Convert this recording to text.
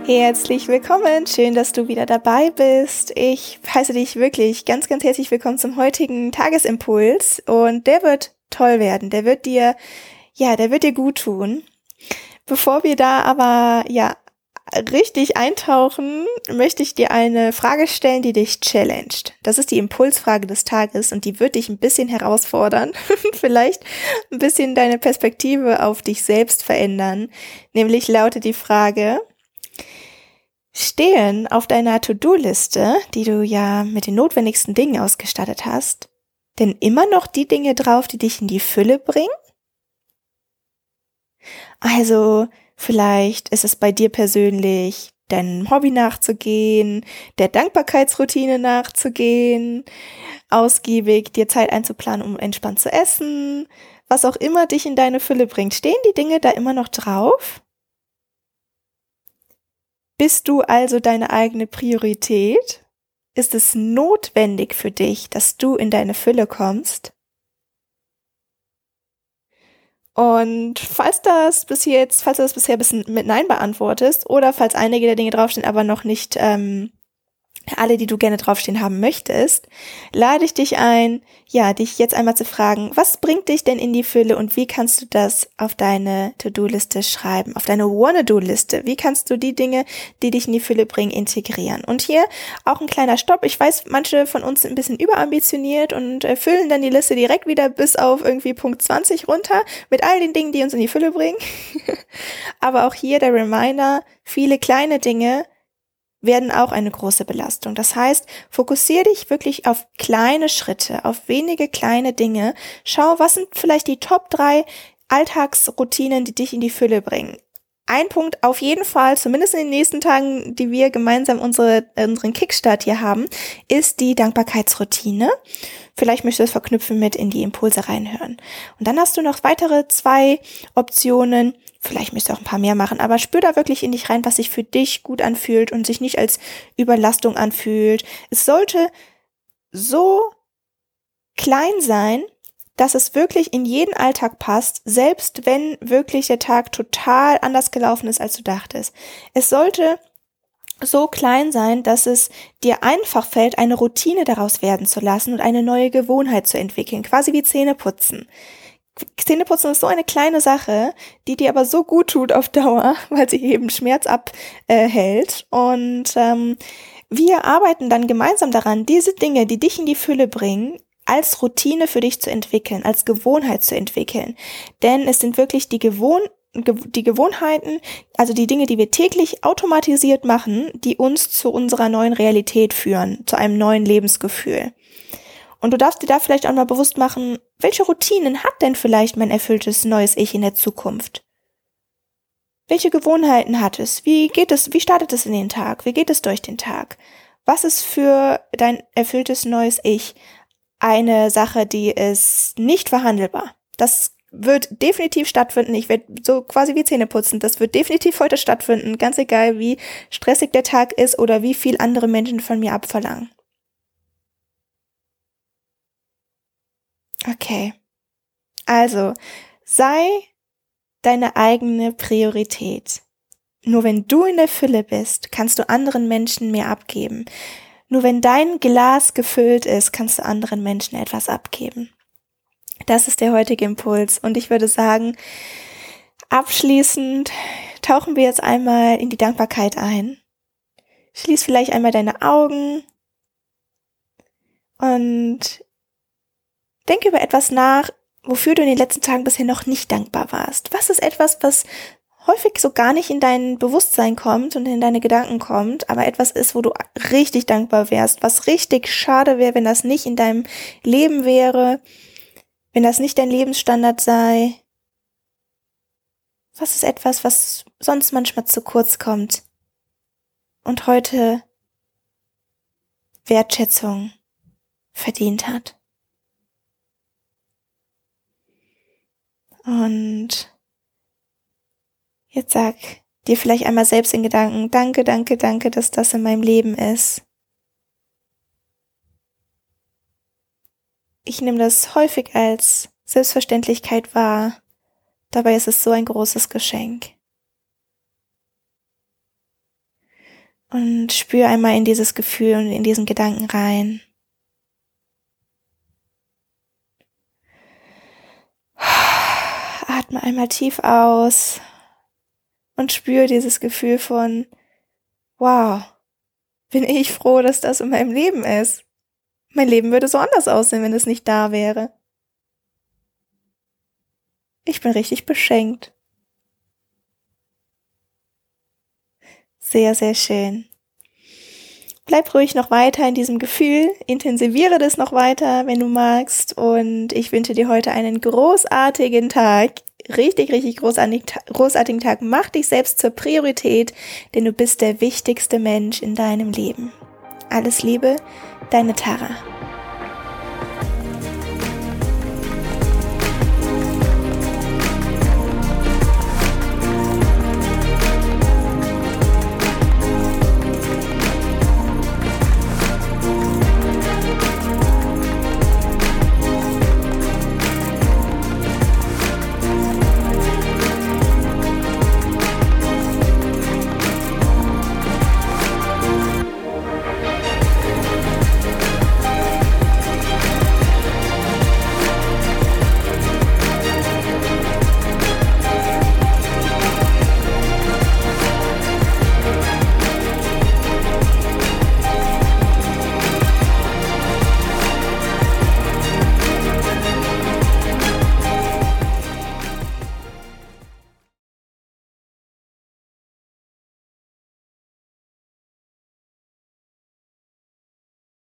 Herzlich willkommen, schön, dass du wieder dabei bist. Ich heiße dich wirklich ganz, ganz herzlich willkommen zum heutigen Tagesimpuls und der wird toll werden, der wird dir gut tun. Bevor wir da aber, richtig eintauchen, möchte ich dir eine Frage stellen, die dich challenged. Das ist die Impulsfrage des Tages und die wird dich ein bisschen herausfordern, vielleicht ein bisschen deine Perspektive auf dich selbst verändern. Nämlich lautet die Frage: Stehen auf deiner To-Do-Liste, die du ja mit den notwendigsten Dingen ausgestattet hast, denn immer noch die Dinge drauf, die dich in die Fülle bringen? Also, vielleicht ist es bei dir persönlich, deinem Hobby nachzugehen, der Dankbarkeitsroutine nachzugehen, ausgiebig dir Zeit einzuplanen, um entspannt zu essen, was auch immer dich in deine Fülle bringt. Stehen die Dinge da immer noch drauf? Bist du also deine eigene Priorität? Ist es notwendig für dich, dass du in deine Fülle kommst? Und falls du das bisher ein bisschen mit Nein beantwortest oder falls einige der Dinge draufstehen, aber noch nicht alle, die du gerne draufstehen haben möchtest, lade ich dich ein, dich jetzt einmal zu fragen: Was bringt dich denn in die Fülle und wie kannst du das auf deine To-Do-Liste schreiben, auf deine Wanna-Do-Liste? Wie kannst du die Dinge, die dich in die Fülle bringen, integrieren? Und hier auch ein kleiner Stopp. Ich weiß, manche von uns sind ein bisschen überambitioniert und füllen dann die Liste direkt wieder bis auf irgendwie Punkt 20 runter mit all den Dingen, die uns in die Fülle bringen. Aber auch hier der Reminder: Viele kleine Dinge werden auch eine große Belastung. Das heißt, fokussiere dich wirklich auf kleine Schritte, auf wenige kleine Dinge. Schau, was sind vielleicht die Top 3 Alltagsroutinen, die dich in die Fülle bringen. Ein Punkt auf jeden Fall, zumindest in den nächsten Tagen, die wir gemeinsam unseren Kickstart hier haben, ist die Dankbarkeitsroutine. Vielleicht möchtest du es verknüpfen mit in die Impulse reinhören. Und dann hast du noch weitere 2 Optionen. Vielleicht müsst ihr auch ein paar mehr machen, aber spür da wirklich in dich rein, was sich für dich gut anfühlt und sich nicht als Überlastung anfühlt. Es sollte so klein sein, dass es wirklich in jeden Alltag passt, selbst wenn wirklich der Tag total anders gelaufen ist, als du dachtest. Es sollte so klein sein, dass es dir einfach fällt, eine Routine daraus werden zu lassen und eine neue Gewohnheit zu entwickeln, quasi wie Zähneputzen. Zähneputzen ist so eine kleine Sache, die dir aber so gut tut auf Dauer, weil sie eben Schmerz abhält. Und wir arbeiten dann gemeinsam daran, diese Dinge, die dich in die Fülle bringen, als Routine für dich zu entwickeln, als Gewohnheit zu entwickeln. Denn es sind wirklich die Gewohnheiten, also die Dinge, die wir täglich automatisiert machen, die uns zu unserer neuen Realität führen, zu einem neuen Lebensgefühl. Und du darfst dir da vielleicht auch mal bewusst machen: Welche Routinen hat denn vielleicht mein erfülltes neues Ich in der Zukunft? Welche Gewohnheiten hat es? Wie startet es in den Tag? Wie geht es durch den Tag? Was ist für dein erfülltes neues Ich eine Sache, die ist nicht verhandelbar? Das wird definitiv stattfinden. Ich werde so quasi wie Zähneputzen. Das wird definitiv heute stattfinden, ganz egal, wie stressig der Tag ist oder wie viel andere Menschen von mir abverlangen. Okay, also sei deine eigene Priorität. Nur wenn du in der Fülle bist, kannst du anderen Menschen mehr abgeben. Nur wenn dein Glas gefüllt ist, kannst du anderen Menschen etwas abgeben. Das ist der heutige Impuls und ich würde sagen, abschließend tauchen wir jetzt einmal in die Dankbarkeit ein. Schließ vielleicht einmal deine Augen und denk über etwas nach, wofür du in den letzten Tagen bisher noch nicht dankbar warst. Was ist etwas, was häufig so gar nicht in dein Bewusstsein kommt und in deine Gedanken kommt, aber etwas ist, wo du richtig dankbar wärst, was richtig schade wäre, wenn das nicht in deinem Leben wäre, wenn das nicht dein Lebensstandard sei? Was ist etwas, was sonst manchmal zu kurz kommt und heute Wertschätzung verdient hat? Und jetzt sag dir vielleicht einmal selbst in Gedanken: Danke, danke, danke, dass das in meinem Leben ist. Ich nehme das häufig als Selbstverständlichkeit wahr. Dabei ist es so ein großes Geschenk. Und spür einmal in dieses Gefühl und in diesen Gedanken rein. Atme einmal tief aus und spür dieses Gefühl von, wow, bin ich froh, dass das in meinem Leben ist. Mein Leben würde so anders aussehen, wenn es nicht da wäre. Ich bin richtig beschenkt. Sehr, sehr schön. Bleib ruhig noch weiter in diesem Gefühl, intensiviere das noch weiter, wenn du magst, und ich wünsche dir heute einen großartigen Tag, richtig, richtig großartigen Tag. Mach dich selbst zur Priorität, denn du bist der wichtigste Mensch in deinem Leben. Alles Liebe, deine Tara.